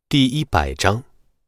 第100章。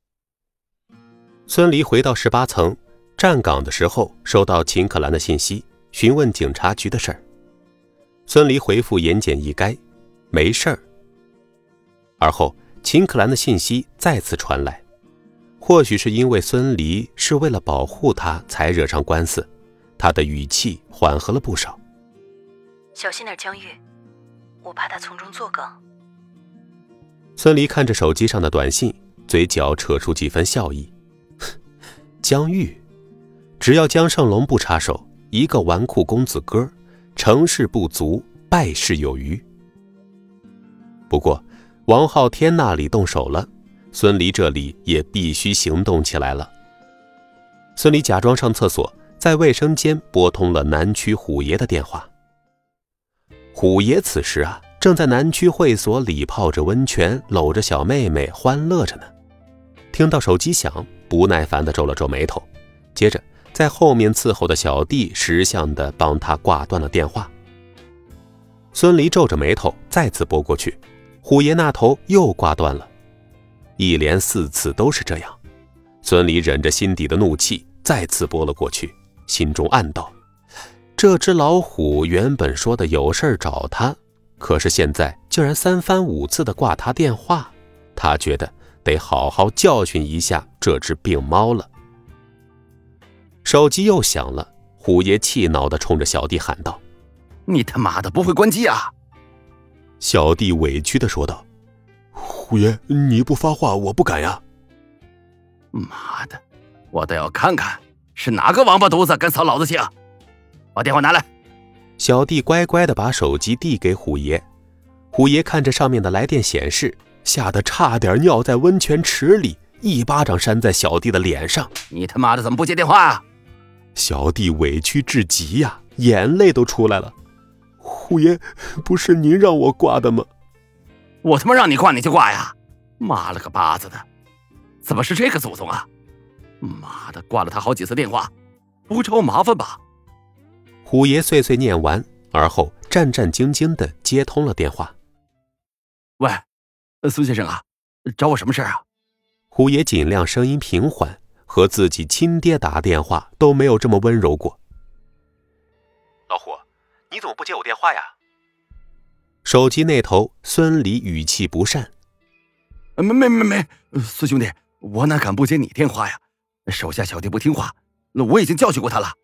孙离回到18层站岗的时候，收到秦可兰的信息，询问警察局的事儿。孙离回复言简意赅，没事儿。而后秦可兰的信息再次传来，或许是因为孙离是为了保护他才惹上官司，他的语气缓和了不少。 小心点江玉，我怕他从中作梗。 孙离看着手机上的短信，嘴角扯出几分笑意。江玉，只要江胜龙不插手，一个纨绔公子哥，成事不足，败事有余。不过王昊天那里动手了，孙离这里也必须行动起来了。孙离假装上厕所，在卫生间拨通了南区虎爷的电话。虎爷此时正在南区会所里泡着温泉，搂着小妹妹欢乐着呢。听到手机响，不耐烦地皱了皱眉头，接着在后面伺候的小弟识相地帮他挂断了电话。孙离皱着眉头再次拨过去，虎爷那头又挂断了，一连4次都是这样。孙离忍着心底的怒气再次拨了过去，心中暗道，这只老虎原本说的有事找他，可是现在竟然3番5次的挂他电话，他觉得得好好教训一下这只病猫了。手机又响了，虎爷气恼地冲着小弟喊道： 你他妈的不会关机啊！ 小弟委屈地说道： 虎爷，你不发话我不敢呀。 妈的，我倒要看看是哪个王八犊子敢扫老子兴。把电话拿来。 小弟乖乖地把手机递给虎爷。虎爷看着上面的来电显示，吓得差点尿在温泉池里，一巴掌扇在小弟的脸上。 你他妈的怎么不接电话啊？ 小弟委屈至极呀，眼泪都出来了。 虎爷，不是您让我挂的吗？ 我他妈让你挂你就挂呀！妈了个巴子的，怎么是这个祖宗啊？妈的，挂了他好几次电话，不会找我麻烦吧？ 虎爷碎碎念完，而后战战兢兢地接通了电话。 喂，孙先生啊，找我什么事啊？ 虎爷尽量声音平缓，和自己亲爹打电话都没有这么温柔过。老虎，你怎么不接我电话呀？手机那头孙离语气不善。 没，孙兄弟，我哪敢不接你电话呀？手下小弟不听话，我已经教训过他了。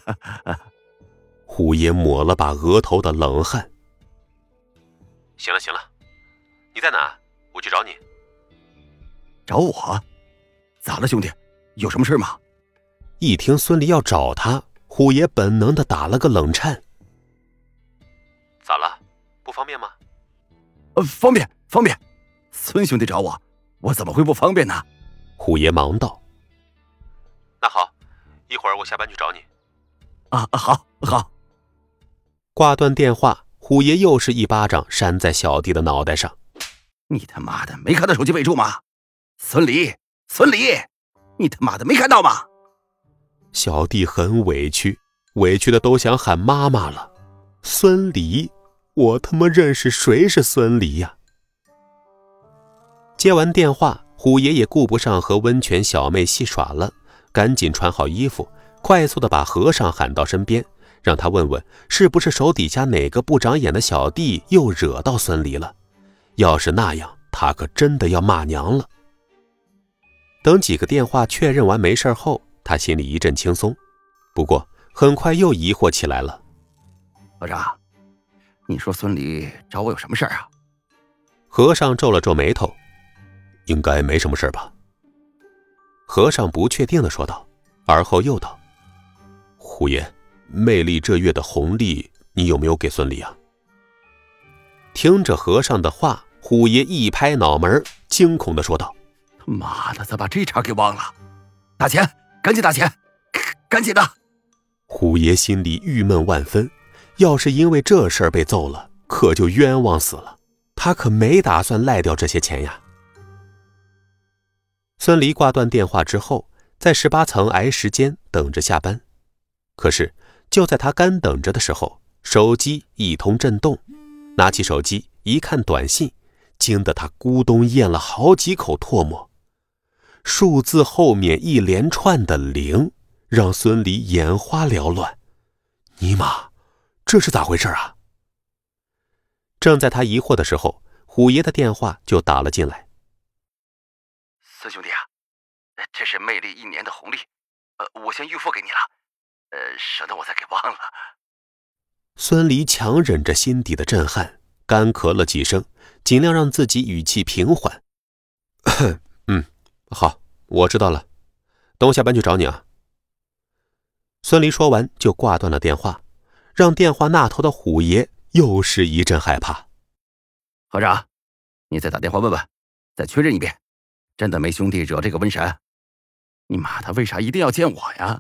虎爷抹了把额头的冷汗。行了，你在哪？我去找你。 找我？咋了兄弟？有什么事吗？ 一听孙离要找他，虎爷本能地打了个冷颤。咋了？不方便吗？ 方便。孙兄弟找我，我怎么会不方便呢？ 虎爷忙道。那好，一会儿我下班去找你。 好。 挂断电话，虎爷又是一巴掌扇在小弟的脑袋上。 你他妈的没看到手机备注吗？孙离，你他妈的没看到吗？ 小弟很委屈的都想喊妈妈了。孙离，我他妈认识谁是孙离呀？接完电话，虎爷也顾不上和温泉小妹戏耍了，赶紧穿好衣服，快速地把和尚喊到身边，让他问问是不是手底下哪个不长眼的小弟又惹到孙离了。要是那样，他可真的要骂娘了。等几个电话确认完没事后，他心里一阵轻松，不过很快又疑惑起来了。 和尚，你说孙离找我有什么事啊？ 和尚皱了皱眉头。应该没什么事吧？和尚不确定地说道，而后又道：虎爷，魅力这月的红利你有没有给孙离啊？听着和尚的话，虎爷一拍脑门，惊恐地说道： 妈的，咋把这茬给忘了？打钱，赶紧打钱，赶紧的！ 虎爷心里郁闷万分，要是因为这事儿被揍了，可就冤枉死了。他可没打算赖掉这些钱呀。孙离挂断电话之后，在18层挨时间等着下班。可是就在他干等着的时候，手机一通震动，拿起手机一看短信， 惊得他咕咚咽了好几口唾沫。数字后面一连串的0，让孙离眼花缭乱。尼玛，这是咋回事啊？正在他疑惑的时候，虎爷的电话就打了进来。 孙兄弟啊，这是魅力1年的红利，我先预付给你了，省得我再给忘了。 孙离强忍着心底的震撼，干咳了几声，尽量让自己语气平缓。好，我知道了，等我下班去找你啊。孙离说完就挂断了电话，让电话那头的虎爷又是一阵害怕。 合长，你再打电话问问，再确认一遍，真的没兄弟惹这个瘟神？你妈的为啥一定要见我呀？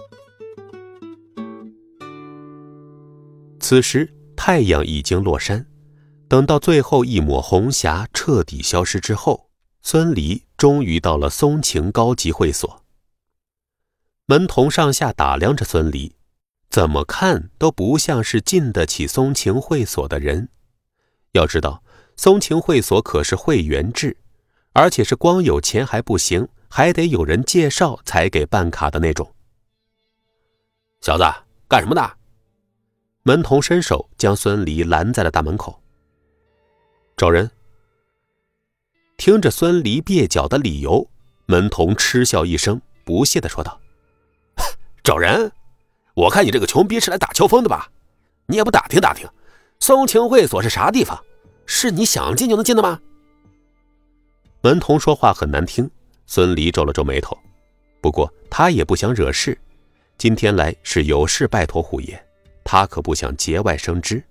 此时太阳已经落山，等到最后一抹红霞彻底消失之后，孙离终于到了松晴高级会所。门童上下打量着孙离，怎么看都不像是进得起松晴会所的人。要知道，松晴会所可是会员制，而且是光有钱还不行，还得有人介绍才给办卡的那种。小子，干什么的？门童伸手将孙离拦在了大门口。找人。听着孙离蹩脚的理由，门童嗤笑一声，不屑地说道：找人？我看你这个穷逼是来打秋风的吧？你也不打听打听，松晴会所是啥地方？是你想进就能进的吗？门童说话很难听，孙离皱了皱眉头。不过他也不想惹事，今天来是有事拜托虎爷，他可不想节外生枝。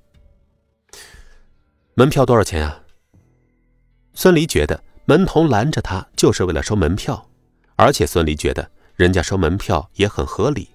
门票多少钱啊？孙离觉得门童拦着他就是为了收门票，而且孙离觉得人家收门票也很合理。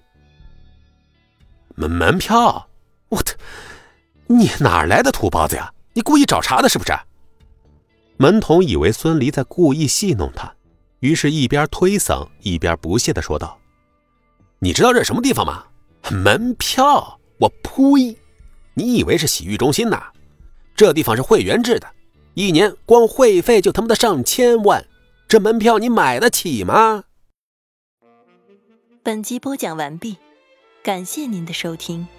门票？我的，你哪来的土包子呀？你故意找茬的是不是？门童以为孙离在故意戏弄他，于是一边推搡一边不屑地说道：你知道这是什么地方吗？门票？我呸！你以为是洗浴中心呐？这地方是会员制的，1年光会费就他妈的上千万，这门票你买得起吗？ 本集播讲完毕，感谢您的收听。